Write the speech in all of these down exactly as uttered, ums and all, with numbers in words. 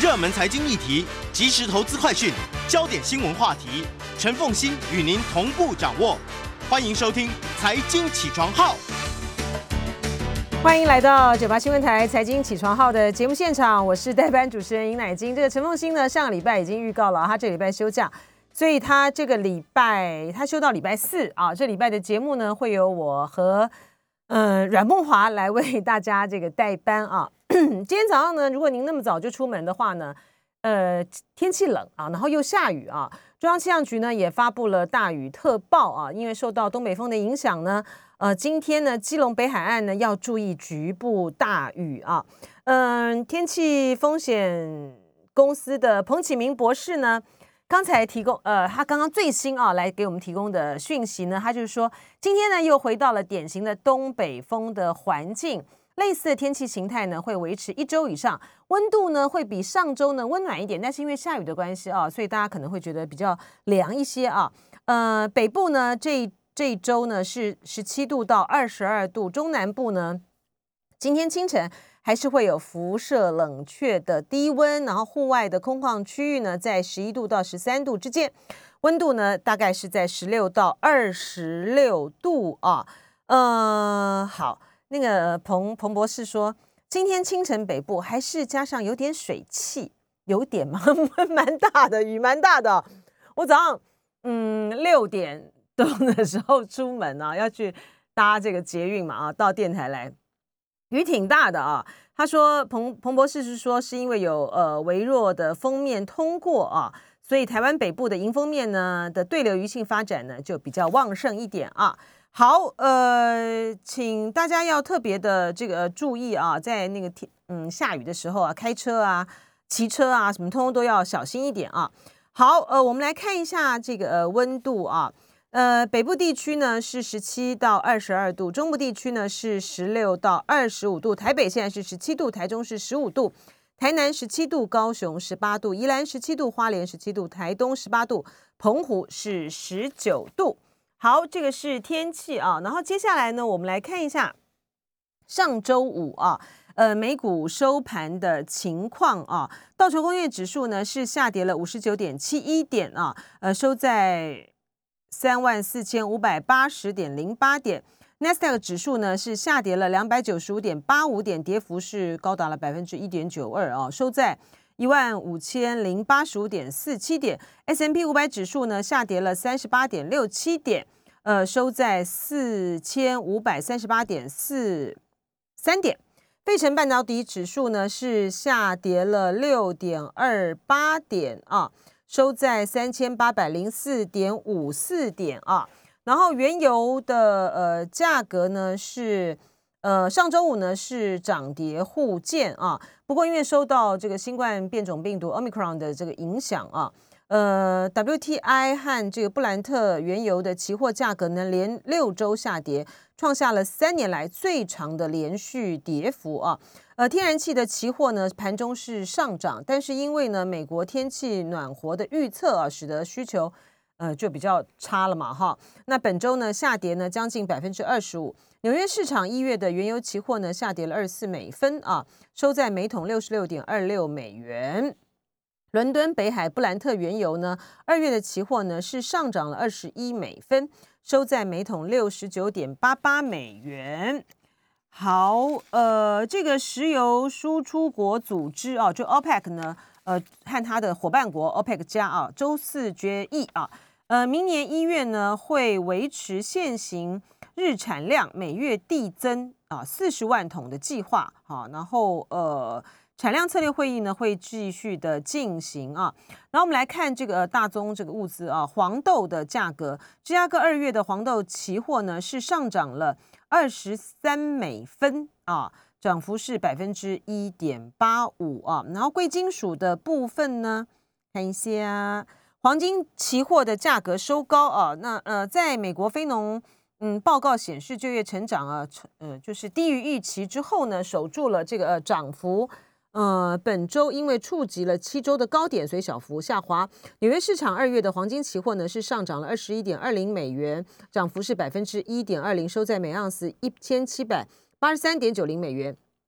热门财经议题、即时投资快讯、焦点新闻话题，陈凤馨与您同步掌握。欢迎收听《财经起床号》。 欢迎来到九八新闻台财经起床号的节目现场，我是代班主持人尹乃菁。这个陈凤馨呢，上个礼拜已经预告了，他这个礼拜休假，所以他这个礼拜他休到礼拜四啊。这礼拜的节目呢，会由我和呃阮梦华来为大家这个代班啊。今天早上呢，如果您那么早就出门的话呢，呃，天气冷啊，然后又下雨啊，中央气象局呢也发布了大雨特报啊，因为受到东北风的影响呢，呃，今天呢，基隆北海岸呢要注意局部大雨啊。嗯、呃，天气风险公司的彭启明博士呢，刚才提供呃，他刚刚最新啊来给我们提供的讯息呢，他就是说，今天呢又回到了典型的东北风的环境。类似的天气形态呢，会维持一周以上，温度呢会比上周呢温暖一点，但是因为下雨的关系啊，所以大家可能会觉得比较凉一些啊。呃，北部呢这这一周呢是十七度到二十二度，中南部呢今天清晨还是会有辐射冷却的低温，然后户外的空旷区域呢在十一度到十三度之间，温度呢大概是在十六到二十六度啊。呃，好。那个彭彭博士说，今天清晨北部还是加上有点水汽，有点吗？蛮大的，雨蛮大的、哦。我早上嗯六点多的时候出门啊，要去搭这个捷运嘛啊，到电台来，雨挺大的啊。他说彭彭博士是说，是因为有呃微弱的锋面通过啊，所以台湾北部的迎风面呢的对流余性发展呢就比较旺盛一点啊。好，呃，请大家要特别的这个注意啊，在那个天嗯下雨的时候啊，开车啊、骑车啊，什么通通都要小心一点啊。好，呃，我们来看一下这个、呃、温度啊，呃，北部地区呢是十七到二十二度，中部地区呢是十六到二十五度，台北现在是十七度，台中是十五度，台南十七度，高雄十八度，宜兰十七度，花莲十七度，台东十八度，澎湖是十九度。好，这个是天气啊，然后接下来呢，我们来看一下上周五啊，呃，美股收盘的情况啊。道琼工业指数呢是下跌了五十九点七一点啊，呃，收在三万四千五百八十点零八点。纳斯达克指数呢是下跌了两百九十五点八五点，跌幅是高达了百分之一点九二啊，收在一万五千零八十五点四七点。S and P 五百指数呢下跌了三十八点六七点。呃，收在四千五百三十八点四三点。费城半导体指数呢是下跌了六点二八点啊，收在三千八百零四点五四点啊。然后原油的呃价格呢是呃上周五呢是涨跌互见啊，不过因为受到这个新冠变种病毒 Omicron 的这个影响啊。呃 ，W T I 和这个布兰特原油的期货价格呢，连六周下跌，创下了三年来最长的连续跌幅啊。呃，天然气的期货呢，盘中是上涨，但是因为呢，美国天气暖和的预测啊，使得需求呃就比较差了嘛哈。那本周呢，下跌呢将近百分之二十五。纽约市场一月的原油期货呢，下跌了二十四美分啊，收在每桶六十六点二六美元。伦敦北海布兰特原油呢，二月的期货呢是上涨了二十一美分，收在每桶六十九点八八美元。好，呃，这个石油输出国组织啊，就 OPEC 呢，呃，和它的伙伴国 OPEC 加啊，周四决议啊，呃，明年一月呢会维持现行日产量每月递增啊四十万桶的计划啊，然后呃。产量策略会议呢会继续的进行啊，然后我们来看这个大宗这个物资啊，黄豆的价格，芝加哥二月的黄豆期货呢是上涨了二十三美分啊，涨幅是百分之一点八五啊，然后贵金属的部分呢，看一下黄金期货的价格收高啊，那呃，在美国非农嗯报告显示就业成长啊，呃就是低于预期之后呢，守住了这个呃涨幅。呃，本周因为触及了七周的高点，所以小幅下滑。纽约市场二月的黄金期货呢是上涨了二十一点二零美元，涨幅是百分之一点二零，收在每盎司一千七百八十三点九零美元。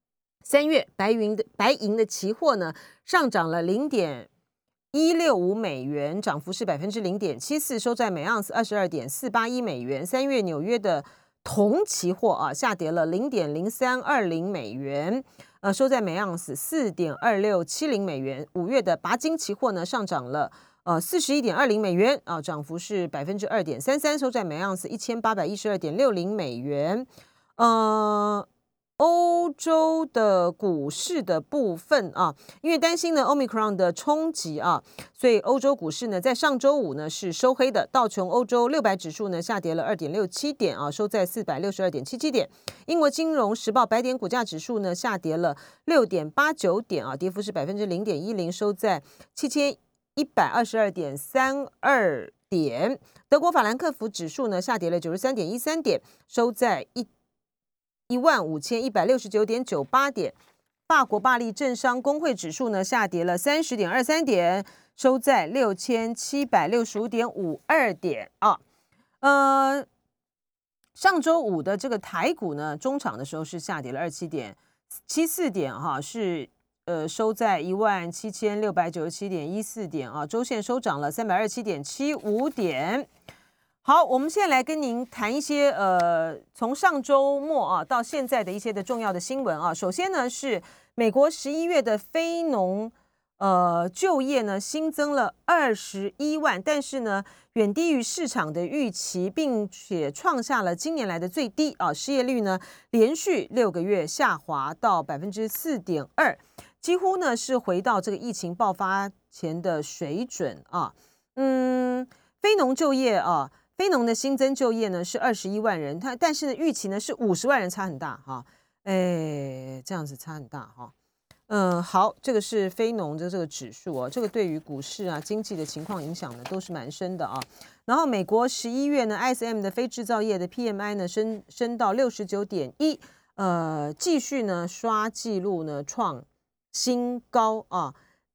三月白银的白银的期货呢上涨了零点一六五美元，涨幅是百分之零点七四，收在每盎司二十二点四八一美元。三月纽约的铜期货啊下跌了零点零三二零美元，呃，收在每盎司四点二六七零美元。五月的钯金期货呢上涨了呃四十一点二零美元啊，涨幅是百分之二点三三，收在每盎司一千八百一十二点六零美元。呃。欧洲的股市的部分啊，因为担心呢 Omicron 的冲击啊，所以欧洲股市呢在上周五呢是收黑的。道琼欧洲六百指数呢下跌了二点六七点啊，收在四百六十二点七七点。英国金融时报百点股价指数呢下跌了六点八九点啊，跌幅是百分之零点一零，收在七千一百二十二点三二点。德国法兰克福指数呢下跌了九十三点一三点，收在一。一万五千一百六十九点九八点。法国巴黎政商工会指数呢下跌了三十点二三点，收在六千七百六十五点五二点啊。呃，上周五的这个台股呢，中场的时候是下跌了二七点七四点哈，是呃收在一万七千六百九十七点一四点啊，周线收涨了三百二十七点七五点。好，我们现在来跟您谈一些呃，从上周末啊到现在的一些的重要的新闻啊。首先呢是美国十一月的非农呃就业呢新增了二十一万，但是呢远低于市场的预期，并且创下了今年来的最低啊。失业率呢连续六个月下滑到百分之四点二，几乎呢是回到这个疫情爆发前的水准啊。嗯，非农就业啊。非农的新增就业呢是二十一万人，它但是呢预期呢是五十万人，差很大哈，哎，这样子差很大哈。嗯，好，这个是非农的这个指数哦，这个对于股市啊经济的情况影响呢都是蛮深的啊。然后美国十一月呢 I S M 的非制造业的 P M I 呢升升到六十九点一，呃，继续呢刷记录呢创新高啊。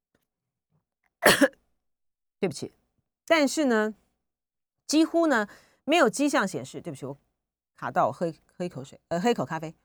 对不起，但是呢。几乎呢没有迹象显示，对不起，我卡到，我喝喝一口水，呃，喝一口咖啡。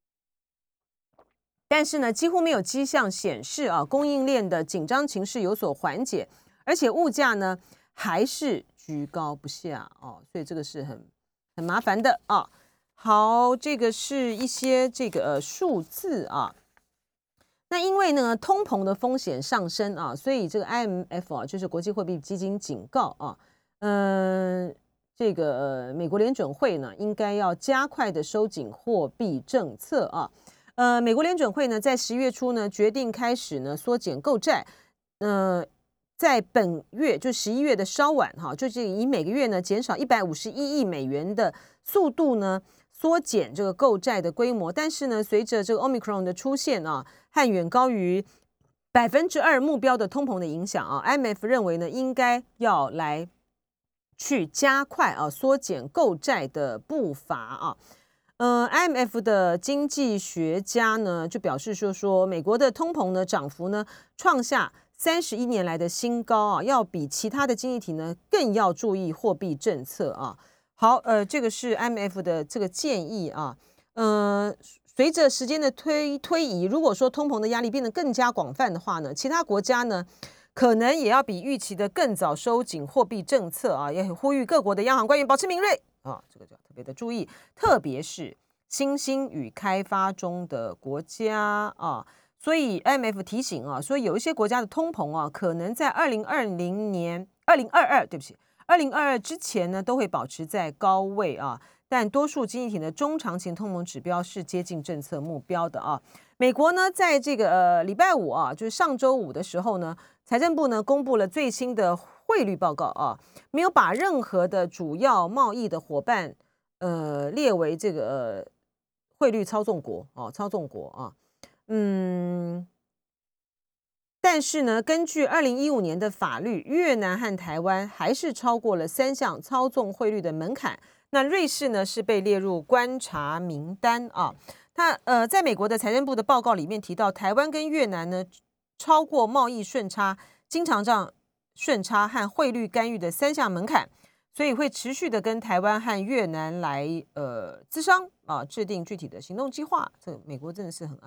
但是呢，几乎没有迹象显示啊，供应链的紧张情势有所缓解，而且物价呢还是居高不下哦，所以这个是很很麻烦的啊。好，这个是一些这个呃数字啊。那因为呢通膨的风险上升啊，所以这个 I M F 啊，就是国际货币基金警告啊。嗯、呃，这个、呃、美国联准会呢，应该要加快的收紧货币政策啊。呃，美国联准会呢，在十月初呢，决定开始呢缩减购债。呃，在本月就十一月的稍晚哈，就是以每个月呢减少一百五十一亿美元的速度呢，缩减这个购债的规模。但是呢，随着这个 Omicron 的出现啊，和远高于百分之二目标的通膨的影响啊 ，I M F 认为呢，应该要来。去加快啊缩减购债的步伐啊，呃 ，I M F 的经济学家呢就表示说说美国的通膨呢涨幅呢创下三十一年来的新高啊，要比其他的经济体呢更要注意货币政策啊。好，呃，这个是 I M F 的这个建议啊，呃，随着时间的推推移，如果说通膨的压力变得更加广泛的话呢，其他国家呢。可能也要比预期的更早收紧货币政策啊，也呼吁各国的央行官员保持敏锐啊，这个就要特别的注意，特别是新兴与开发中的国家啊。所以 I M F 提醒啊，说有一些国家的通膨啊，可能在二零二零年、二零二二，对不起，二零二二之前呢，都会保持在高位啊。但多数经济体的中长期通膨指标是接近政策目标的啊。美国呢，在这个呃礼拜五啊，就是上周五的时候呢，财政部呢公布了最新的汇率报告啊，没有把任何的主要贸易的伙伴呃列为这个、呃、汇率操纵国啊，操纵国啊，嗯。但是呢，根据二零一五年的法律，越南和台湾还是超过了三项操纵汇率的门槛。那瑞士呢是被列入观察名单啊。它呃，在美国的财政部的报告里面提到，台湾跟越南呢超过贸易顺差、经常账顺差和汇率干预的三项门槛，所以会持续的跟台湾和越南来呃咨商啊，制定具体的行动计划。这个美国真的是很啊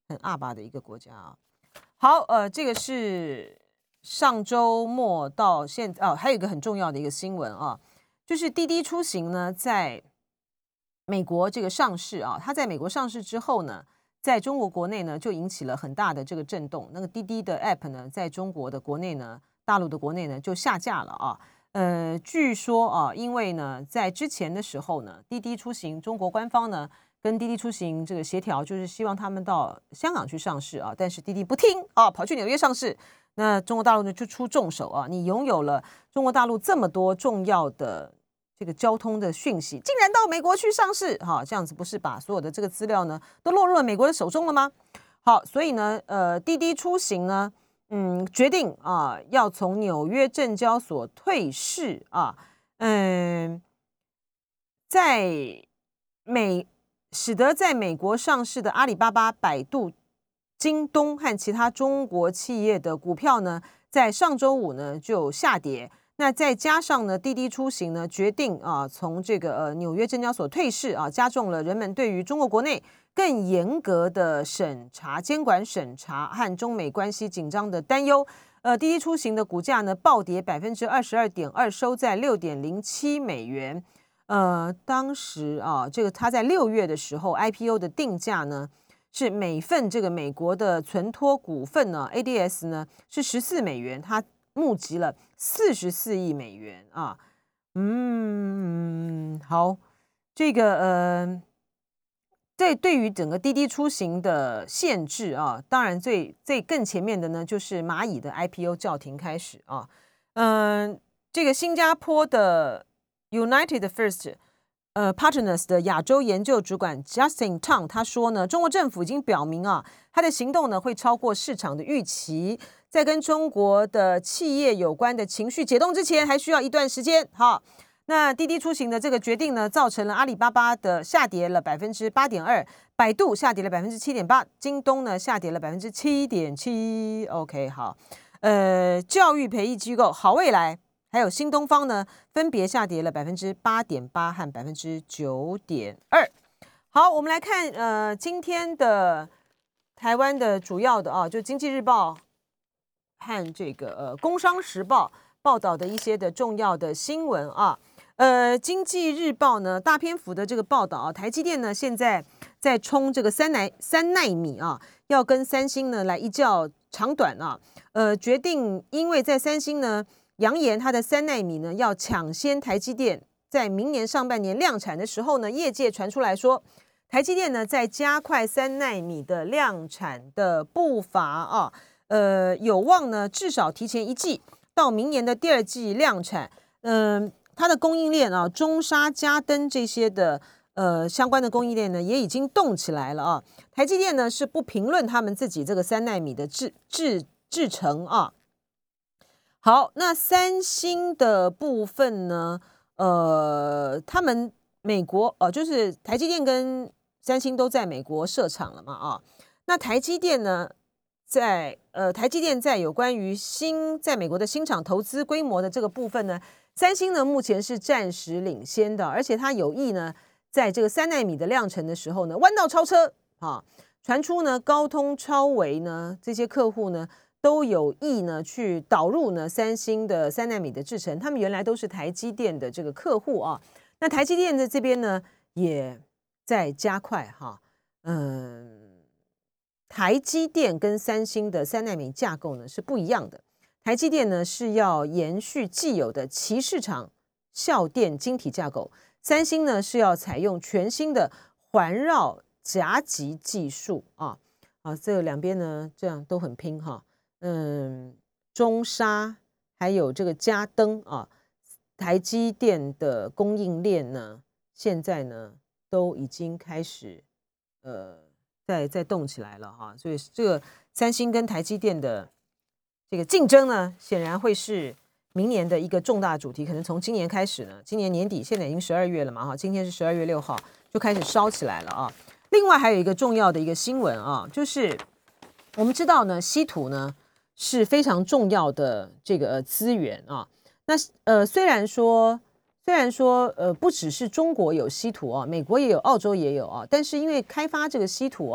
很阿巴的一个国家啊。好，呃，这个是上周末到现哦，还有一个很重要的一个新闻啊，就是滴滴出行呢，在美国这个上市啊，它在美国上市之后呢，在中国国内呢就引起了很大的这个震动。那个滴滴的 App 呢，在中国的国内呢，大陆的国内呢就下架了啊。呃，据说啊，因为呢，在之前的时候呢，滴滴出行中国官方呢跟滴滴出行这个协调，就是希望他们到香港去上市啊，但是滴滴不听啊，跑去纽约上市。那中国大陆呢就出重手啊，你拥有了中国大陆这么多重要的这个交通的讯息，竟然到美国去上市，哈，这样子不是把所有的这个资料呢都落入了美国的手中了吗？好，所以呢，呃，滴滴出行呢。嗯，决定啊，要从纽约证交所退市啊，嗯，在美使得在美国上市的阿里巴巴、百度、京东和其他中国企业的股票呢，在上周五呢就下跌。那再加上呢，滴滴出行呢决定啊，从这个呃纽约证交所退市啊，加重了人们对于中国国内更严格的审查、监管审查和中美关系紧张的担忧。呃，滴滴出行的股价呢暴跌百分之二十二点二，收在六点零七美元。呃，当时啊，这个它在六月的时候 I P O 的定价呢是每份这个美国的存托股份呢 A D S 呢是十四美元，它募集了四十四亿美元啊。嗯，好，这个呃。对，对于整个滴滴出行的限制啊，当然最最更前面的呢，就是蚂蚁的 I P O 叫停开始啊。嗯，这个新加坡的 United First 呃 Partners 的亚洲研究主管 Justin Tang 他说呢，中国政府已经表明啊，他的行动呢会超过市场的预期，在跟中国的企业有关的情绪解冻之前，还需要一段时间。哈。那滴滴出行的这个决定呢，造成了阿里巴巴的下跌了百分之八点二，百度下跌了百分之七点八，京东呢下跌了百分之七点七。OK， 好，呃，教育培育机构好未来还有新东方呢，分别下跌了百分之八点八和百分之九点二。好，我们来看呃今天的台湾的主要的啊，就经济日报和这个呃工商时报报道的一些的重要的新闻啊。呃，经济日报呢大篇幅的这个报道啊，台积电呢现在在冲这个三奈三奈米啊，要跟三星呢来一较长短啊。呃，决定因为在三星呢扬言它的三奈米呢要抢先台积电，在明年上半年量产的时候呢，业界传出来说，台积电呢在加快三奈米的量产的步伐啊，呃，有望呢至少提前一季到明年的第二季量产，嗯、呃。它的供应链啊，中砂、嘉登这些的呃相关的供应链呢，也已经动起来了啊。台积电呢是不评论他们自己这个三奈米的制制制程啊。好，那三星的部分呢，呃，他们美国呃就是台积电跟三星都在美国设厂了嘛啊。那台积电呢，在呃台积电在有关于新在美国的新厂投资规模的这个部分呢。三星呢，目前是暂时领先的，而且它有意呢，在这个三奈米的量产的时候呢，弯道超车啊！传出呢，高通、超微呢这些客户呢，都有意呢去导入呢三星的三奈米的制程，他们原来都是台积电的这个客户啊。那台积电的这边呢，也在加快哈，嗯，台积电跟三星的三奈米架构呢是不一样的。台积电呢是要延续既有的其市场效电晶体架构，三星呢是要采用全新的环绕夹击技术啊啊，这两边呢这样都很拼哈，嗯，中砂还有这个嘉登啊，台积电的供应链呢现在呢都已经开始呃在在动起来了哈，所以这个三星跟台积电的。这个竞争呢，显然会是明年的一个重大主题。可能从今年开始呢，今年年底，现在已经十二月了嘛，哈，今天是十二月六号，就开始烧起来了啊。另外还有一个重要的一个新闻啊，就是我们知道呢，稀土呢是非常重要的这个资源啊。那呃，虽然说虽然说呃，不只是中国有稀土啊，美国也有，澳洲也有啊，但是因为开发这个稀土啊。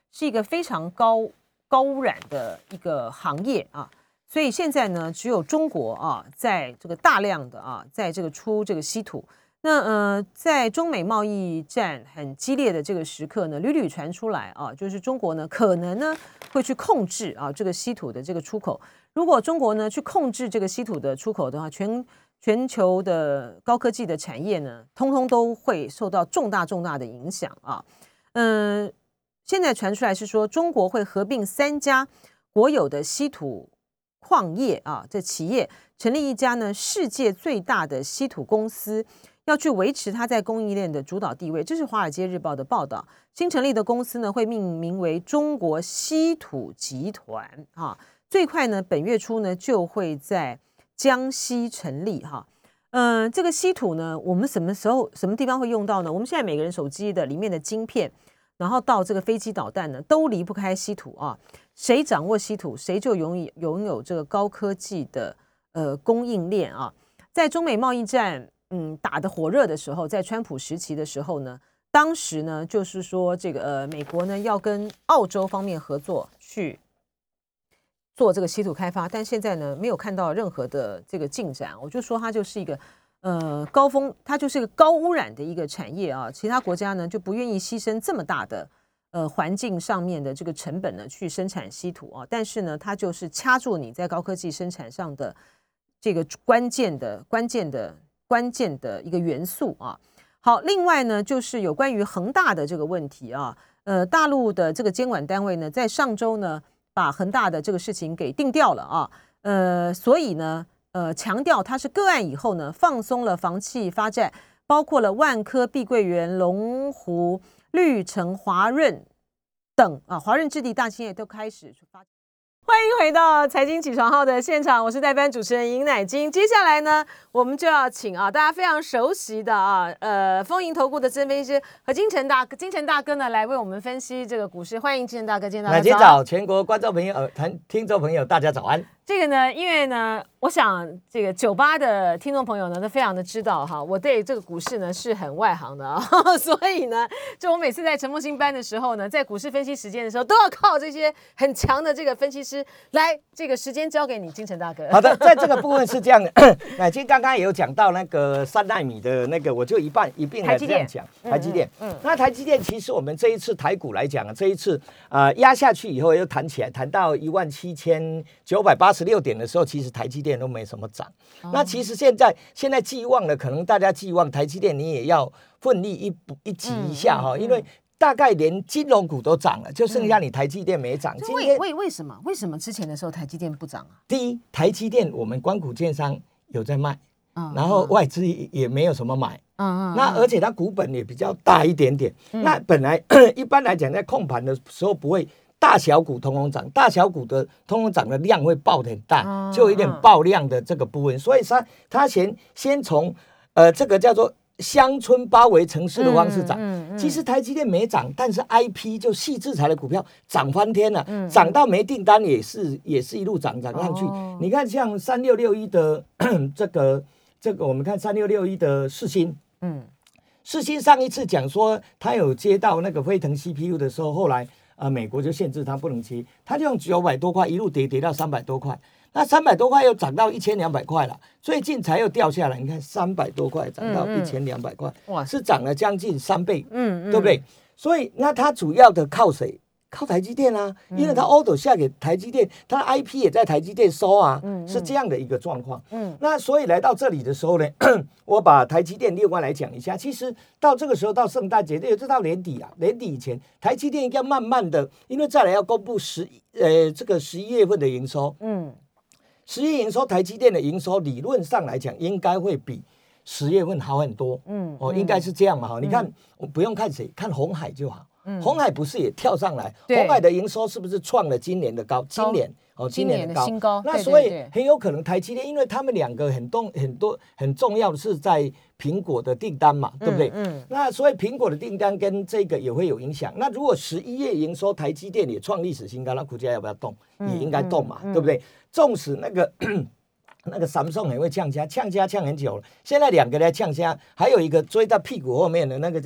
是一个非常高高污染的一个行业啊，所以现在呢，只有中国啊，在这个大量的啊，在这个出这个稀土。那呃，在中美贸易战很激烈的这个时刻呢，屡屡传出来啊，就是中国呢可能呢会去控制啊这个稀土的这个出口。如果中国呢去控制这个稀土的出口的话，全全球的高科技的产业呢，通通都会受到重大重大的影响啊。嗯、呃，现在传出来是说，中国会合并三家国有的稀土矿业啊，这企业成立一家呢世界最大的稀土公司。要去维持它在供应链的主导地位，这是《华尔街日报》的报道。新成立的公司呢，会命名为中国稀土集团啊。最快呢，本月初呢就会在江西成立哈。嗯、呃，这个稀土呢，我们什么时候、什么地方会用到呢？我们现在每个人手机的里面的晶片，然后到这个飞机导弹呢，都离不开稀土啊。谁掌握稀土，谁就拥有拥有这个高科技的呃供应链啊。在中美贸易战。嗯，打得火热的时候，在川普时期的时候呢，当时呢就是说这个呃，美国呢要跟澳洲方面合作去做这个稀土开发，但现在呢没有看到任何的这个进展。我就说它就是一个呃高峰，它就是一个高污染的一个产业啊，其他国家呢就不愿意牺牲这么大的呃环境上面的这个成本呢去生产稀土啊，但是呢它就是掐住你在高科技生产上的这个关键的关键的。关键的一个元素啊。好，另外呢，就是有关于恒大的这个问题啊，呃，大陆的这个监管单位呢，在上周呢，把恒大的这个事情给定掉了啊，呃，所以呢，呃，强调它是个案以后呢，放松了房企发债，包括了万科、碧桂园、龙湖、绿城、华润等啊，华润置地大企业都开始发。欢迎回到财经起床号的现场，我是代班主持人尹乃菁。接下来呢，我们就要请啊大家非常熟悉的啊呃丰盈投顾的资深分析师何金城大金城大哥呢来为我们分析这个股市。欢迎金城大哥，金城大哥。 乃菁早，全国观众朋友、呃、听众朋友，大家早安。 这个呢，因为呢，我想这个九八的听众朋友呢，都非常的知道哈，我对这个股市呢是很外行的啊，所以呢，就我每次在陈梦欣班的时候呢，在股市分析时间的时候，都要靠这些很强的这个分析师来，这个时间交给你，金城大哥。 好的，在这个部分是这样的，乃菁刚刚也有讲到那个三奈米的那个，我就一半一并来这样讲台积电。嗯，那台积电其实我们这一次台股来讲，这一次呃压下去以后又弹起来，弹到一万七千九百八十。十六点的时候，其实台积电都没什么涨。哦、那其实现在现在寄望了，可能大家寄望台积电，你也要奋力一补一挤一下哈、嗯嗯，因为大概连金融股都涨了，就剩下你台积电没涨。 嗯、今天为为什么？为什么之前的时候台积电不涨啊？ 第一，台积电我们官股券商有在卖，嗯、然后外资也没有什么买。嗯嗯，那而且它股本也比较大一点点。嗯、那本来一般来讲，在控盘的时候不会。大小股通通涨，大小股的通通涨的量会爆得很大，嗯、就有一点爆量的这个部分，嗯、所以它它先先从呃这个叫做乡村包围城市的方式涨。嗯嗯嗯、其实台积电没涨，但是 I P 就矽智财的股票涨翻天了，嗯、涨到没订单也是也是一路涨涨上去。哦、你看像三六六一的这个这个，我们看三六六一的世芯，嗯，世芯上一次讲说他有接到那个飞腾 C P U 的时候，后来。呃，美国就限制它不能接，它就用九百多块一路跌跌到三百多块，那三百多块又涨到一千两百块了，最近才又掉下来。你看三百多块涨到一千两百块，哇，是涨了将近三倍，嗯，对不对？所以那它主要的靠谁？靠台积电啊，因为它 order 下给台积电，它的 I P 也在台积电收啊，嗯嗯、是这样的一个状况。嗯，那所以来到这里的时候呢，我把台积电另外来讲一下。其实到这个时候，到圣诞节，也就到年底啊，年底以前，台积电应该慢慢的，因为再来要公布十呃这个十一月份的营收，嗯，十一营收，台积电的营收理论上来讲，应该会比十月份好很多，嗯，哦，应该是这样嘛，哈、嗯，你看，我不用看谁，看鸿海就好。嗯、鸿海不是也跳上来？鸿海的营收是不是创了今年的高？今年哦，今年的高。 新高。 那所以很有可能台积电，因为他们两个很重很多很重要的是在苹果的订单嘛，对不对？嗯。嗯那所以苹果的订单跟这个也会有影响。那如果十一月营收台积电也创历史新高，那股价要不要动？嗯、也应该动嘛，嗯、对不对？纵使那个。那个Samsung很会呛价，呛价呛很久了。现在两个在呛价，还有一个追到屁股后面的那个叫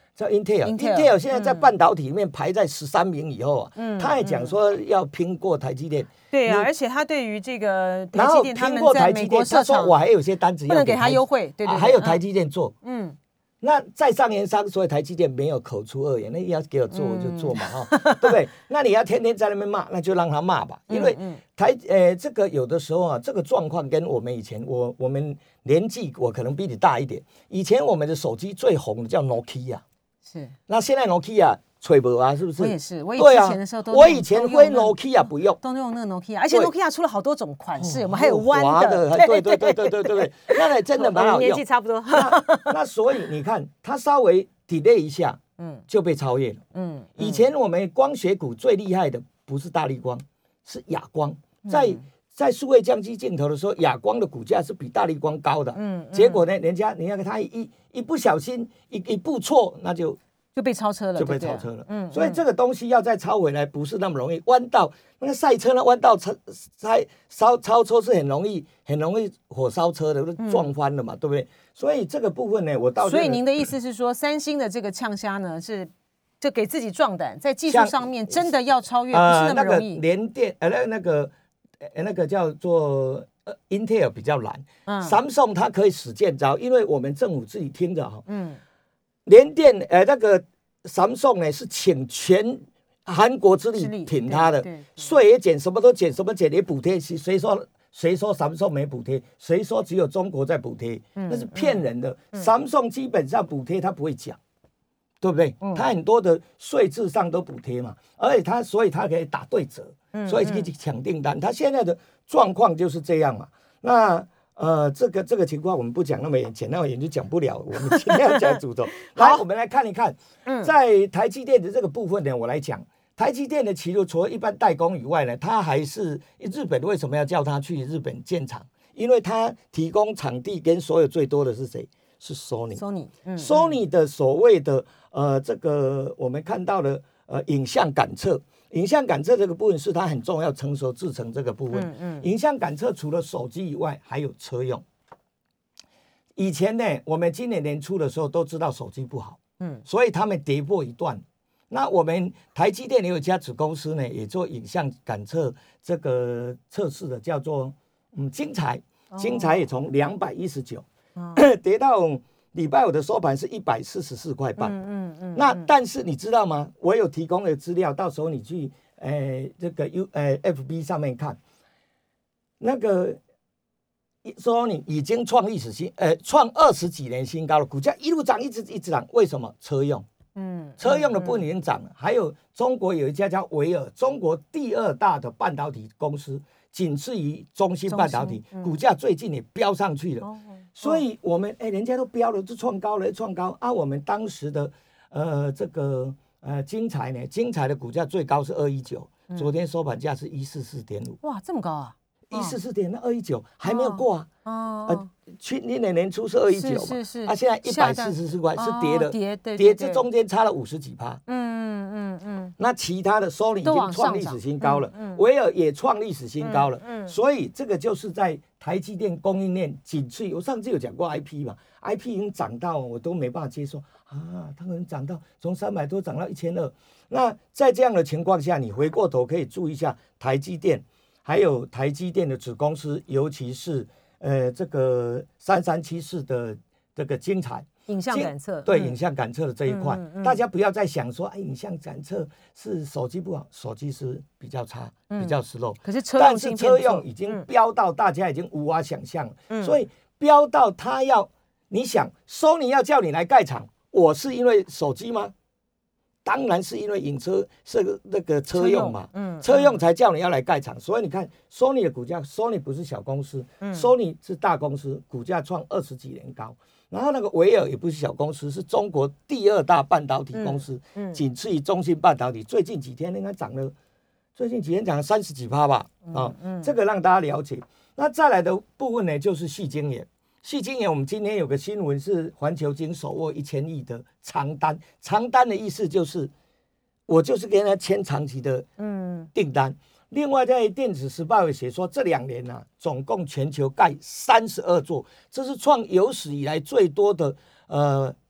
叫 Intel，Intel 现在在半导体里面排在十三名以后啊，嗯，他也讲说要拼过台积电。 对啊，而且他对于这个台积电，他们在美国设厂， 我还有些单子不能给他优惠，对对， 还有台积电做，嗯。那在商言商，所以台积电没有口出恶言，那要给我做我就做嘛，哈、嗯，对不对？那你要天天在那边骂，那就让他骂吧，因为台呃这个有的时候啊，这个状况跟我们以前我我们年纪我可能比你大一点，以前我们的手机最红的叫 Nokia， 是，那现在 Nokia。吹不啊，是不是？ 我也是，我以前的时候都、啊、 我以前挥 Nokia 不用， 都用那个 Nokia， 而且 Nokia 出了好多种款式，我们还有弯的， 对对对对对对对，那真的蛮好用。 年纪差不多。 那, 那所以你看，它稍微 delay 一下，嗯，就被超越了。嗯，以前我们光学股最厉害的不是大立光，是亚光，在。嗯在数位相机镜头的时候，亚光的股价是比大立光高的。嗯，结果呢，人家人家他一一不小心一一步错，那就就被超车了， 就被超车了。嗯，所以这个东西要再超回来不是那么容易。弯道那个赛车呢，弯道超超超车是很容易很容易火烧车的，撞翻了嘛，对不对？所以这个部分呢，我到所以您的意思是说，三星的这个呛虾呢是。就给自己壮胆，在技术上面真的要超越，不是那么容易。 呃、那个联电呃那那个。那个叫做、呃、Intel 比较难，嗯 ，Samsung 它可以使剑招，因为我们政府自己听着哈，嗯，联电呃那个 Samsung 呢是请全韩国之力挺它的，税也减，什么都减，什么减也补贴，谁说谁说 Samsung 没补贴？谁说只有中国在补贴？嗯、那是骗人的、嗯、，Samsung 基本上补贴它不会讲。对不对？嗯、它很多的税制上都补贴嘛，而且它所以它可以打对折，嗯、所以可以抢订单。它现在的状况就是这样嘛。那呃，这个这个情况我们不讲那么远，讲那么远就讲不了。我们今天要讲主轴，来，我们来看一看，在台积电的这个部分呢，我来讲台积电的其实除了一般代工以外呢，它还是日本为什么要叫它去日本建厂？因为它提供场地跟所有最多的是谁？是 Sony，Sony， 嗯 Sony 的所谓的呃这个我们看到的呃影像感测，影像感测这个部分是它很重要成熟制程这个部分。嗯嗯，影像感测除了手机以外，还有车用。以前呢，我们今年年初的时候都知道手机不好，嗯，所以他们跌破一段。那我们台积电也有一家子公司呢，也做影像感测这个测试的，叫做嗯精彩，精彩也从两百一十九。跌到礼拜五的收盘是一百四十四块半。嗯嗯嗯。那但是你知道吗？我有提供的资料，到时候你去呃这个 U 呃 F B 上面看，那个说你已经创历史新呃创二十几年新高了，股价一路涨，一直一直涨。为什么？车用。嗯。车用的不能已经涨了，还有中国有一家叫维尔，中国第二大的半导体公司，仅次于中芯半导体，股价最近也飙上去了。哦。所以我们哎，人家都飙了，就创高了，创高啊！我们当时的呃这个呃精彩呢，精彩的股价最高是二一九，昨天收盘价是一四四点五。 哇，这么高啊！ 一四四点，那二一九还没有过啊。哦。呃，去年的年初是二一九嘛，是是。啊，现在一百四十四块是跌的，跌对跌，这中间差了五十几趴。嗯嗯嗯嗯。那其他的 Sony 已经创历史新高了，维尔也创历史新高了。嗯。所以这个就是在台积电供应链紧脆，我上次有讲过 I P 嘛 ，I P 已经涨到我都没办法接受啊，它可能涨到从三百多涨到一千二。那在这样的情况下，你回过头可以注意一下台积电，还有台积电的子公司，尤其是呃这个三三七四的这个精彩。 影像感测对、嗯、影像感测的这一块、嗯嗯，大家不要再想说，哎，影像感测是手机不好，手机是比较差，嗯、比较 slow。 可是车用， 但是车用已经飙到大家已经无法想象了、嗯，所以飙到他要，你想 ，Sony 要叫你来盖厂，我是因为手机吗？当然是因为影车是那个车用嘛，车用, 嗯、车用才叫你要来盖厂、嗯。所以你看 ，Sony 的股价 ，Sony 不是小公司、嗯、，Sony 是大公司，股价创二十几年高。然后那个维尔也不是小公司，是中国第二大半导体公司，嗯嗯、仅次于中芯半导体。最近几天应该涨了，最近几天涨了三十几趴吧，啊、哦嗯嗯，这个让大家了解。那再来的部分呢，就是矽晶圆。矽晶圆，我们今天有个新闻是环球晶手握一千亿的长单，长单的意思就是我就是跟他签长期的订单。嗯另外，在电子时报也写说，这两年啊，总共全球盖三十二座，这是创有史以来最多的呃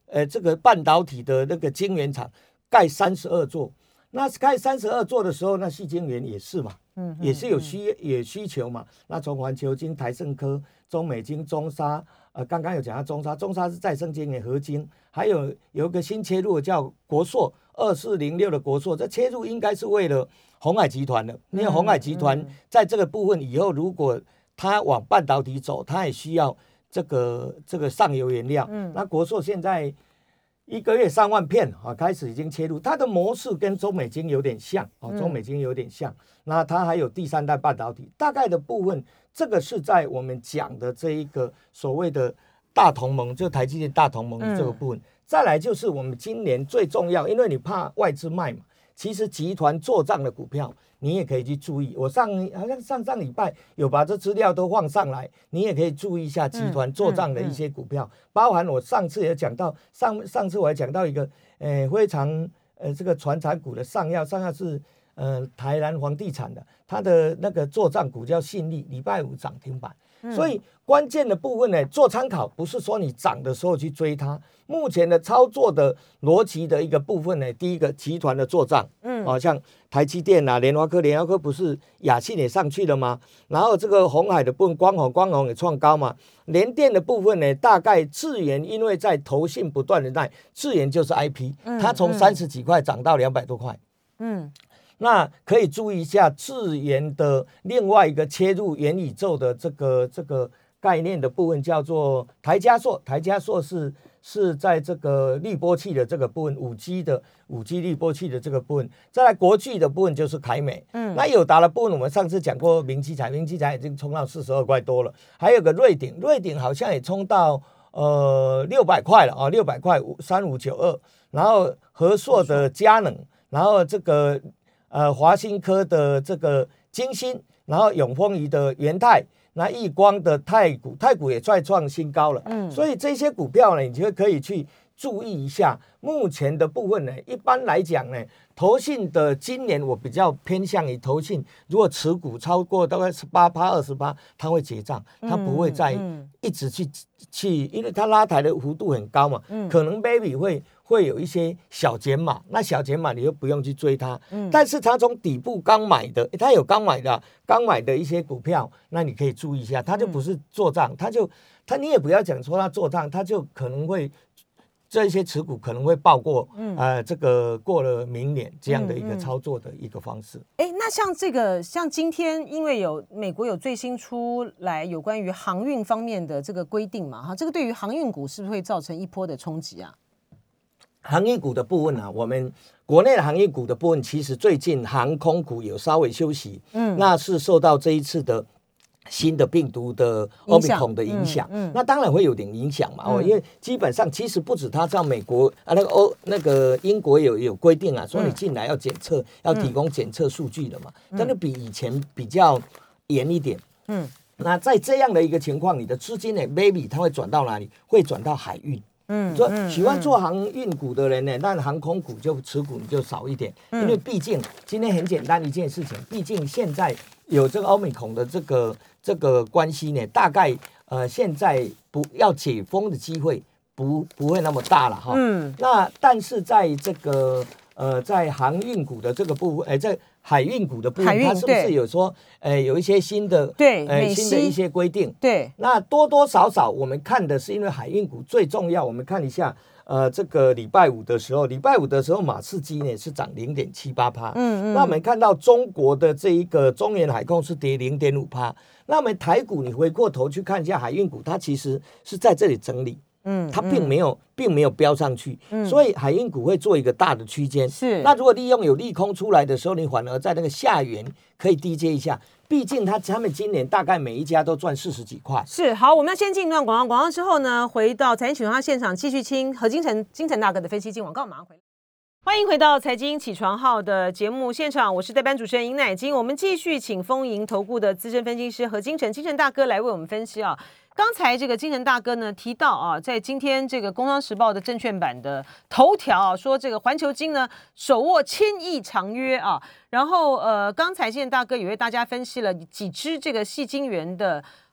呃这个半导体的那个晶圆厂盖三十二座，那盖三十二座的时候，那矽晶圆也是嘛，嗯，也是有需也需求嘛。那从环球晶、台盛科、中美晶、中砂，呃，刚刚有讲到中砂，中砂是再生晶圆合晶，还有有一个新切入的叫国硕二四零六的国硕，这切入应该是为了鸿海集团的，因为鸿海集团在这个部分以后，如果它往半导体走，它也需要这个这个上游原料。嗯，那国硕现在一个月三万片啊，开始已经切入，它的模式跟中美晶有点像哦，中美晶有点像。那它还有第三代半导体，大概的部分，这个是在我们讲的这一个所谓的大同盟，就台积电大同盟的这个部分。嗯、再来就是我们今年最重要，因为你怕外资卖嘛，其实集团做账的股票，你也可以去注意。我上好像上上礼拜有把这资料都放上来，你也可以注意一下集团做账的一些股票，嗯嗯嗯、包含我上次也讲到，上上次我还讲到一个，呃，非常呃这个传产股的上药，上药是呃台南房地产的，它的那个做账股叫信利，礼拜五涨停板。嗯、所以关键的部分呢，做参考，不是说你涨的时候去追它。目前的操作的逻辑的一个部分呢，第一个集团的做账，嗯，好、哦、像台积电啊、联发科，联发科不是亚信也上去了吗？然后这个鸿海的部分，光弘光弘也创高嘛。联电的部分呢，大概智原因为在投信不断的卖，智原就是 I P，、嗯、它从三十几块涨到两百多块，嗯。那可以注意一下智原的另外一个切入元宇宙的这个这个概念的部分，叫做台嘉硕。台嘉硕是是在这个滤波器的这个部分，五 G 的五 G 滤波器的这个部分。再来国巨的部分就是凯美，嗯，那友达的部分我们上次讲过，明基材，明基材已经冲到四十二块多了，还有个瑞鼎，瑞鼎好像也冲到呃六百块了啊，六百块三五九二，然后和硕的佳能，然后这个。呃，华新科的这个晶芯，然后永丰余的元泰，那亿光的太古，太古也再创新高了。嗯，所以这些股票呢，你就可以去注意一下。目前的部分呢，一般来讲呢，投信的今年我比较偏向于投信，如果持股超过大概十八趴、二十趴，它会结账，它不会再一直去、嗯嗯、去，因为它拉抬的幅度很高嘛，嗯、可能 maybe 会。会有一些小减码，那小减码你又不用去追它，嗯、但是它从底部刚买的，它有刚买的，刚买的一些股票，那你可以注意一下，它就不是做账，它就它你也不要讲说它做账，它就可能会这些持股可能会爆过，嗯、呃，这个过了明年这样的一个操作的一个方式。 哎、嗯嗯，那像这个，像今天因为有美国有最新出来有关于航运方面的这个规定嘛，哈，这个对于航运股是不是会造成一波的冲击啊？ 航运股的部分啊，我们国内的航运股的部分，其实最近航空股有稍微休息，嗯，那是受到这一次的新的病毒的 Omicron 的影响，嗯嗯、那当然会有点影响嘛，嗯、哦，因为基本上其实不止它，像美国啊，那个欧那个英国有有规定啊，说你进来要检测，嗯、要提供检测数据的嘛，嗯、但是比以前比较严一点，嗯，那在这样的一个情况，你的资金呢 ，maybe 它会转到哪里？会转到海运。嗯，说喜欢做航运股的人呢，那航空股就持股你就少一点，因为毕竟今天很简单一件事情，毕竟现在有这个欧美孔的这个这个关系呢，大概呃现在不要解封的机会不不会那么大了哈。嗯，那但是在这个呃在航运股的这个部分，哎、呃、在海运股的部分，它是不是有说，呃，有一些新的， 对， 呃，新的一些规定？ 对， 那多多少少我们看的是，因为海运股最重要，我们看一下，呃，这个礼拜五的时候，礼拜五的时候，马士基呢是涨零点七八趴，嗯嗯，那我们看到中国的这一个中原海控是跌零点五趴，那我们台股你回过头去看一下海运股，它其实是在这里整理。嗯，它并没有，嗯、并没有飙上去，嗯、所以海运股会做一个大的区间。是，那如果利用有利空出来的时候，你反而在那个下缘可以低接一下。毕竟他他们今年大概每一家都赚四十几块。 是，好，我们要先进一段广告，广告之后呢，回到财经起床号现场继续听何金城金城大哥的分析。进广告马上回来。欢迎回到财经起床号的节目现场，我是代班主持人尹乃菁。我们继续请丰盈投顾的资深分析师何金城金城大哥来为我们分析啊。刚才这个金城大哥呢提到啊，在今天这个《工商时报》的证券版的头条啊，说这个环球晶呢手握千亿长约啊，然后呃，刚才金城大哥也为大家分析了几只这个矽晶圆的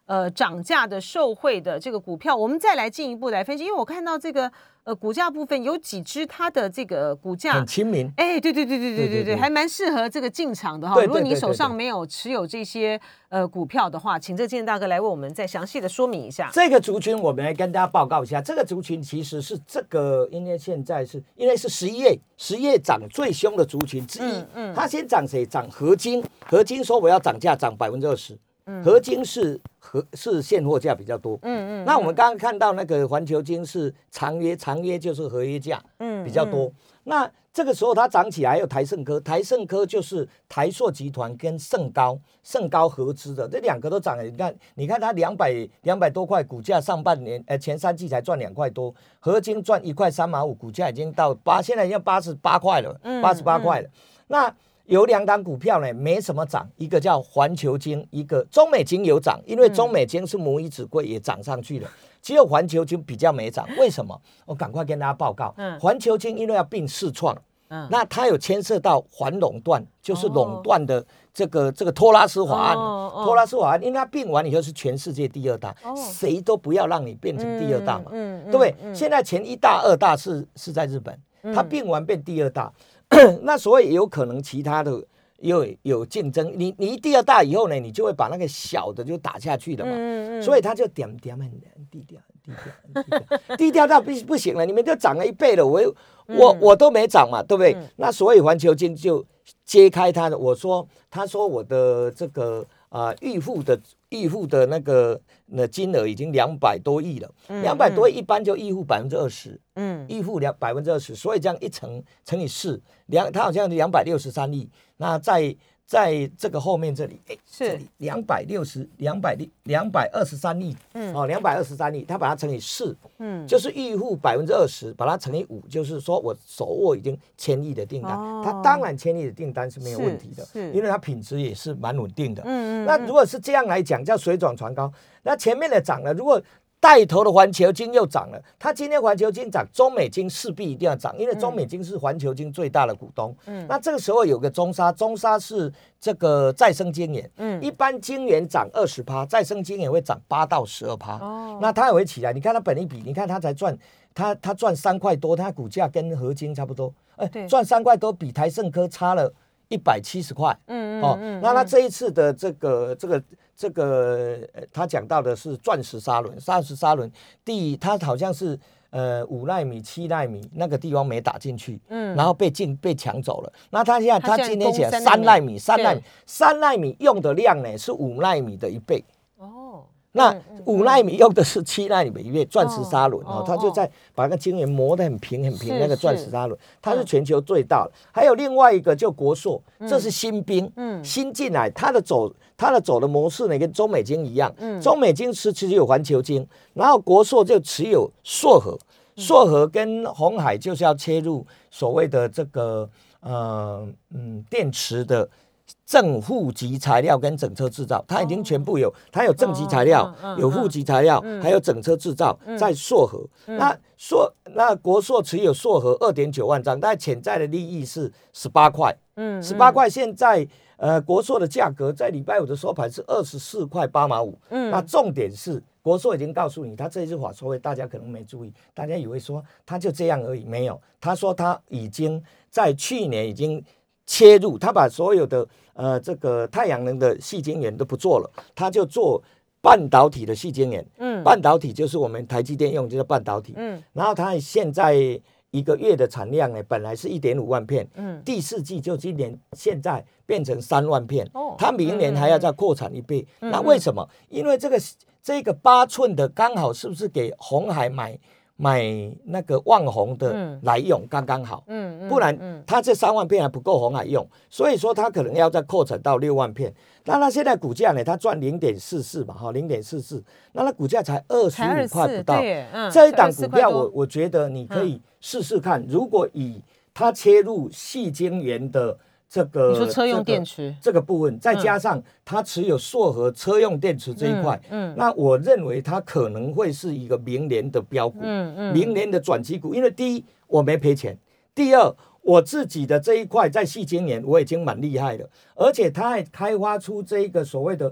呃涨价的受惠的这个股票，我们再来进一步来分析。因为我看到这个呃股价部分有几只它的这个股价很亲民， 哎，对对对对对对对，还蛮适合这个进场的哈。如果你手上没有持有这些呃股票的话，请这建大哥来为我们再详细的说明一下。 这个族群我们来跟大家报告一下，这个族群其实是这个，因为现在是因为是十一月，十一月涨最凶的族群之一。嗯嗯，它先涨谁？涨合金，合金说我要涨价，涨百分之二十。合金是合是现货价比较多。嗯嗯，那我们刚刚看到那个环球金是长约，长约就是合约价，嗯，比较多。嗯、那这个时候它涨起来，还有台盛科，台盛科就是台塑集团跟盛高盛高合资的，这两个都涨了。你看，你看它两百两百多块股价，上半年呃前三季才赚两块多，合金赚一块三毛五，股价已经到八，现在已经八十八块了，八十八块了。嗯嗯、那有两档股票呢，没什么涨，一个叫环球金，一个中美金有涨，因为中美金是母以子贵，也涨上去了。只有环球金比较没涨，为什么？我赶快跟大家报告，嗯、环球金因为要并世创，嗯、那它有牵涉到环垄断，就是垄断的这个、哦、这个托拉斯法案，哦哦、托拉斯法案，因为它并完以后是全世界第二大，哦、谁都不要让你变成第二大嘛，嗯嗯、对不对？嗯、现在前一大、二大是是在日本，它并完变第二大。那所以有可能其他的有有竞争，你你第二大以后呢，你就会把那个小的就打下去了嘛，嗯嗯、所以他就点点很低调，低调，低调，低调到不不行了，你们就涨了一倍了，我我、嗯、我都没涨嘛，对不对？嗯、那所以环球金就揭开他的，我说他说我的这个啊预付的预付的那个那金额已经两百多亿了，两百、嗯、多亿一般就预付百分之二十。嗯，预付两百分之二十，所以这样一乘乘以四，两它好像两百六十三亿。那在在这个后面这里，哎，这里两百六十两百两百二十三亿，嗯，哦，两百二十三亿，它把它乘以四，嗯，就是预付百分之二十，把它乘以五，就是说我手握已经千亿的订单，哦、它当然千亿的订单是没有问题的，因为它品质也是蛮稳定的。嗯嗯。那如果是这样来讲，叫水涨船高，那前面的涨了，如果带头的环球金又涨了，它今天环球金涨，中美金势必一定要涨，因为中美金是环球金最大的股东。嗯，那这个时候有个中砂，中砂是这个再生晶圆，嗯，一般晶圆涨二十趴，再生晶圆会涨八到十二趴。哦，那它也会起来。你看它本益比，你看它才赚，它它赚三块多，它股价跟合金差不多，哎、欸，赚三块多，比台盛科差了一百七十块。嗯嗯，哦，嗯那它这一次的这个这个。这个他讲到的是钻石砂轮，钻石砂轮第他好像是呃五奈米、七奈米那个地方没打进去，嗯，然后被进被抢走了。那他现在他今天写三奈米，三奈米，三奈米用的量呢是五奈米的一倍。哦。那五奈米用的是七奈米一倍钻石砂轮哦，它就在把那个晶圆磨得很平很平，那个钻石砂轮，它是全球最大的。还有另外一个就国硕，这是新兵，嗯，新进来，它的走它的走的模式呢跟中美金一样，嗯，中美金是持有环球金，然后国硕就持有硕和，硕和跟鸿海就是要切入所谓的这个呃嗯电池的。正负极材料跟整车制造，它已经全部有，它有正极材料，哦嗯、有负极材料，嗯、还有整车制造，嗯、在硕和。嗯、那硕那国硕持有硕和二点九万张，但潜在的利益是十八块，嗯，十八块。现在呃国硕的价格在礼拜五的收盘是二十四块八毛五。嗯，那重点是国硕已经告诉你，他这一次法说会大家可能没注意，大家以为说他就这样而已，没有，他说他已经在去年已经。切入，他把所有的呃这个太阳能的矽晶圆都不做了，他就做半导体的矽晶圆。嗯，半导体就是我们台积电用，就是半导体。嗯，然后他现在一个月的产量呢，本来是一点五万片，嗯，第四季就今年现在变成三万片。哦，他明年还要再扩产一倍。嗯、那为什么？因为这个这个八寸的刚好是不是给鸿海买？买那个旺宏的来用刚刚好，嗯嗯、不然他这三万片还不够鸿海用，所以说他可能要再扩展到六万片。那他现在股价呢？他赚零点四四嘛，哈，零点四四，那他股价才二十五块不到。嗯、这一档股票我，我我觉得你可以试试看，嗯、如果以它切入矽晶圆的。这个你说车用电池、 这个、这个部分，再加上它持有硕和车用电池这一块，嗯，嗯那我认为它可能会是一个明年的标股，嗯嗯，明年的转机股。因为第一我没赔钱，第二我自己的这一块在矽晶圆我已经蛮厉害的，而且它还开发出这一个所谓的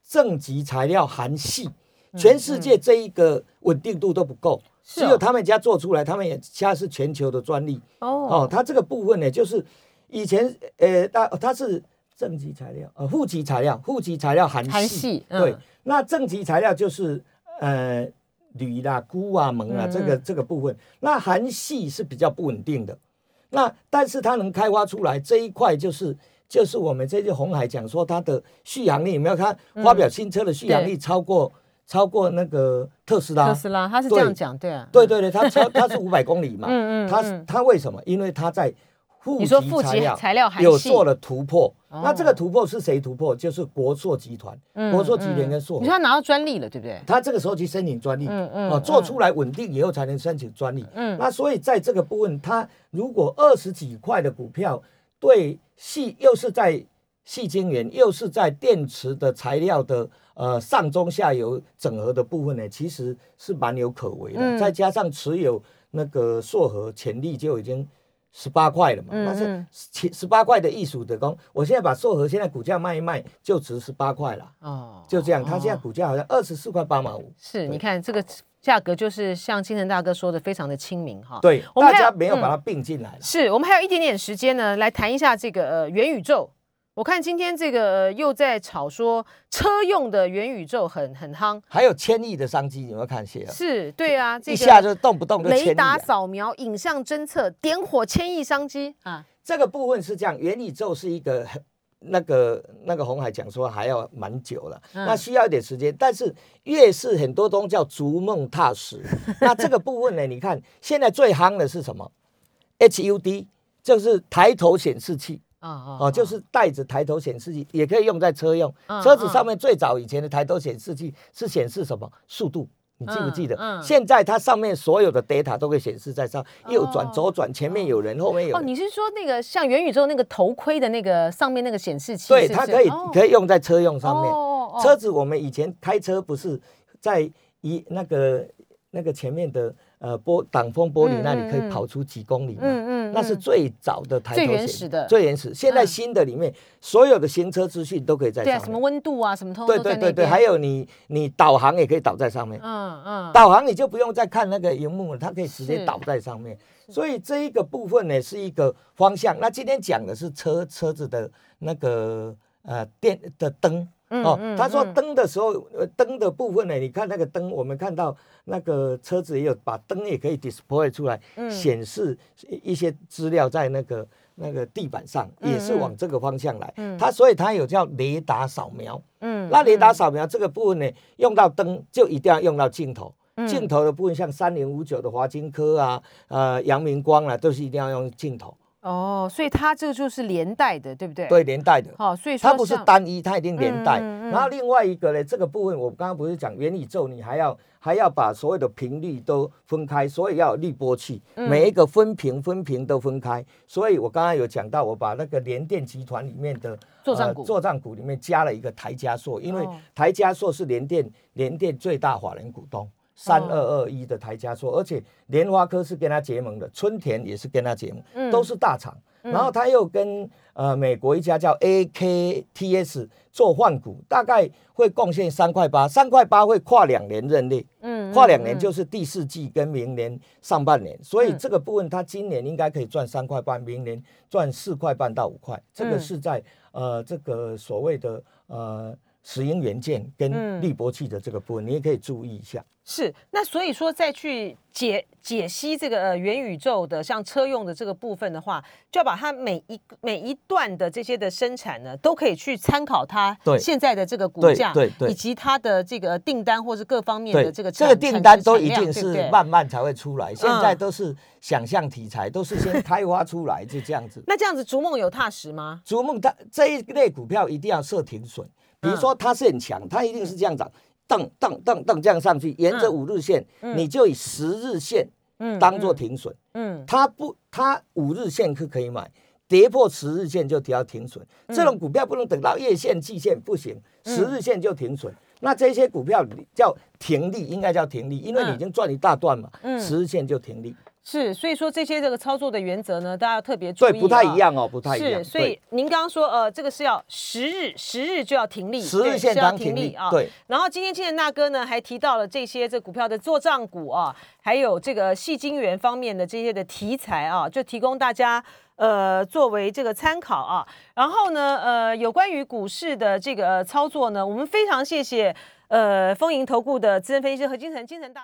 正极材料含矽，全世界这一个稳定度都不够，只有他们家做出来，他们也家是全球的专利。哦，它这个部分呢，就是以前呃，它它是正极材料，呃，负极材料，负极材料含矽，对，那正极材料就是呃。铝啦、钴啊、锰啊，这个这个部分，那含矽是比较不稳定的。那但是它能开发出来这一块，就是就是我们这些鸿海讲说它的续航力，有没有看发表新车的续航力超过、嗯、超过那个特斯拉？ 特斯拉他是这样讲，对啊， 对对对，它超它是五百公里嘛，嗯嗯，它它为什么？因为它在负极材料有做了突破。哦、那这个突破是谁突破？就是国硕集团，嗯、国硕集团跟硕和。 你说他拿到专利了，对不对？ 他这个时候去申请专利，嗯嗯，哦，做出来稳定以后才能申请专利。嗯，那所以在这个部分，他如果二十几块的股票，对细又是在矽晶圆，又是在电池的材料的呃上中下游整合的部分呢，其实是蛮有可为的。嗯、再加上持有那个硕和潜力就已经。十八块了嘛，那是十八块的艺术的工。我现在把硕和现在股价卖一卖，就值十八块了。哦，就这样，它现在股价好像二十四块八毛五。 是，你看这个价格，就是像清晨大哥说的，非常的亲民哈。 对，大家没有把它并进来了。 嗯、是我们还有一点点时间呢，来谈一下这个呃元宇宙。我看今天这个、呃、又在炒说车用的元宇宙很很夯， 还有千亿的商机，你有没有看些？ 是，对啊，这个、 一下就动不动就千亿、啊、 雷达扫描、影像侦测、点火千亿商机啊。 这个部分是这样，元宇宙是一个那个那个鸿海讲说还要蛮久了，嗯、那需要一点时间。但是越是很多东西叫逐梦踏实，那这个部分呢，你看现在最夯的是什么 ？H U D 就是抬头显示器。哦, 哦，就是带着抬头显示器，也可以用在车用。嗯、车子上面最早以前的抬头显示器是显示什么速度？你记不记得？嗯嗯、现在它上面所有的 data 都会显示在上，右转、左转，前面有人，后面有人。 哦，你是说那个像元宇宙那个头盔的那个上面那个显示器？ 对，它可以、哦、可以用在车用上面。哦哦、车子我们以前开车不是在一那个那个前面的。呃，玻挡风玻璃那里可以跑出几公里嘛？嗯嗯，那是最早的抬头显示， 最原始的， 最原始。现在新的里面，所有的行车资讯都可以在上面。 对啊，什么温度啊，什么通通都在那边。对对对对，还有你你导航也可以导在上面。嗯嗯，导航你就不用再看那个荧幕了，它可以直接导在上面。所以这一个部分呢是一个方向。那今天讲的是车车子的那个呃电的灯。哦，他说灯的时候，呃，灯的部分呢，你看那个灯，我们看到那个车子也有把灯也可以 display 出来，嗯、显示一些资料在那个那个地板上，嗯、也是往这个方向来。嗯、它所以它有叫雷达扫描。嗯，那雷达扫描这个部分呢，用到灯就一定要用到镜头。嗯、镜头的部分像三零五九的华金科啊，呃，阳明光啊，都是一定要用镜头。 哦，所以它这个就是连带的，对不对？ 对，连带的。 好、哦，所以说它不是单一，它一定连带。嗯嗯嗯、然后另外一个呢，这个部分我刚刚不是讲元宇宙，你还要还要把所有的频率都分开，所以要有滤波器，嗯、每一个分频分频都分开。所以我刚刚有讲到，我把那个联电集团里面的作战股， 呃、作战股里面加了一个台嘉硕，因为台嘉硕是联电联电最大法人股东。三二二一的台嘉硕，而且联发科是跟他结盟的，春田也是跟他结盟，嗯、都是大厂。嗯、然后他又跟呃美国一家叫 A K T S 做换股，大概会贡献三块八，三块八会跨两年认列，嗯，跨两年就是第四季跟明年上半年，所以这个部分他今年应该可以赚三块半，明年赚四块半到五块，这个是在、嗯、呃这个所谓的呃。石英元件跟滤波器的这个部分，嗯、你也可以注意一下。 是，那所以说再去解解析这个、呃、元宇宙的像车用的这个部分的话，就要把它每一每一段的这些的生产呢，都可以去参考它现在的这个股价， 对对对， 以及它的这个订单或是各方面的这个这个订单都一定是慢慢才会出来，现在都是想象题材，都是先开发出来就这样子。 那这样子逐梦有踏实吗？ 逐梦它这一类股票一定要设停损。比如说它是很强，它一定是这样涨，噔噔噔噔这样上去，沿着五日线，嗯、你就以十日线当做停损。嗯，它不，它五日线是可以买，跌破十日线就提到停损。嗯、这种股票不能等到月线、季线不行，十日线就停损。嗯、那这些股票叫停利，应该叫停利，因为你已经赚一大段嘛，嗯、十日线就停利。 是，所以说这些这个操作的原则呢，大家要特别注意、啊。 对，不太一样哦，不太一样。 是，所以您刚刚说，呃，这个是要十日，十日就要停利， 十日线当停利啊。对。 然后今天清晨大哥呢还提到了这些这股票的作账股啊，还有这个矽晶圆方面的这些的题材啊，就提供大家呃作为这个参考啊。然后呢，呃，有关于股市的这个操作呢，我们非常谢谢呃丰盈投顾的资深分析师何金城，金城大。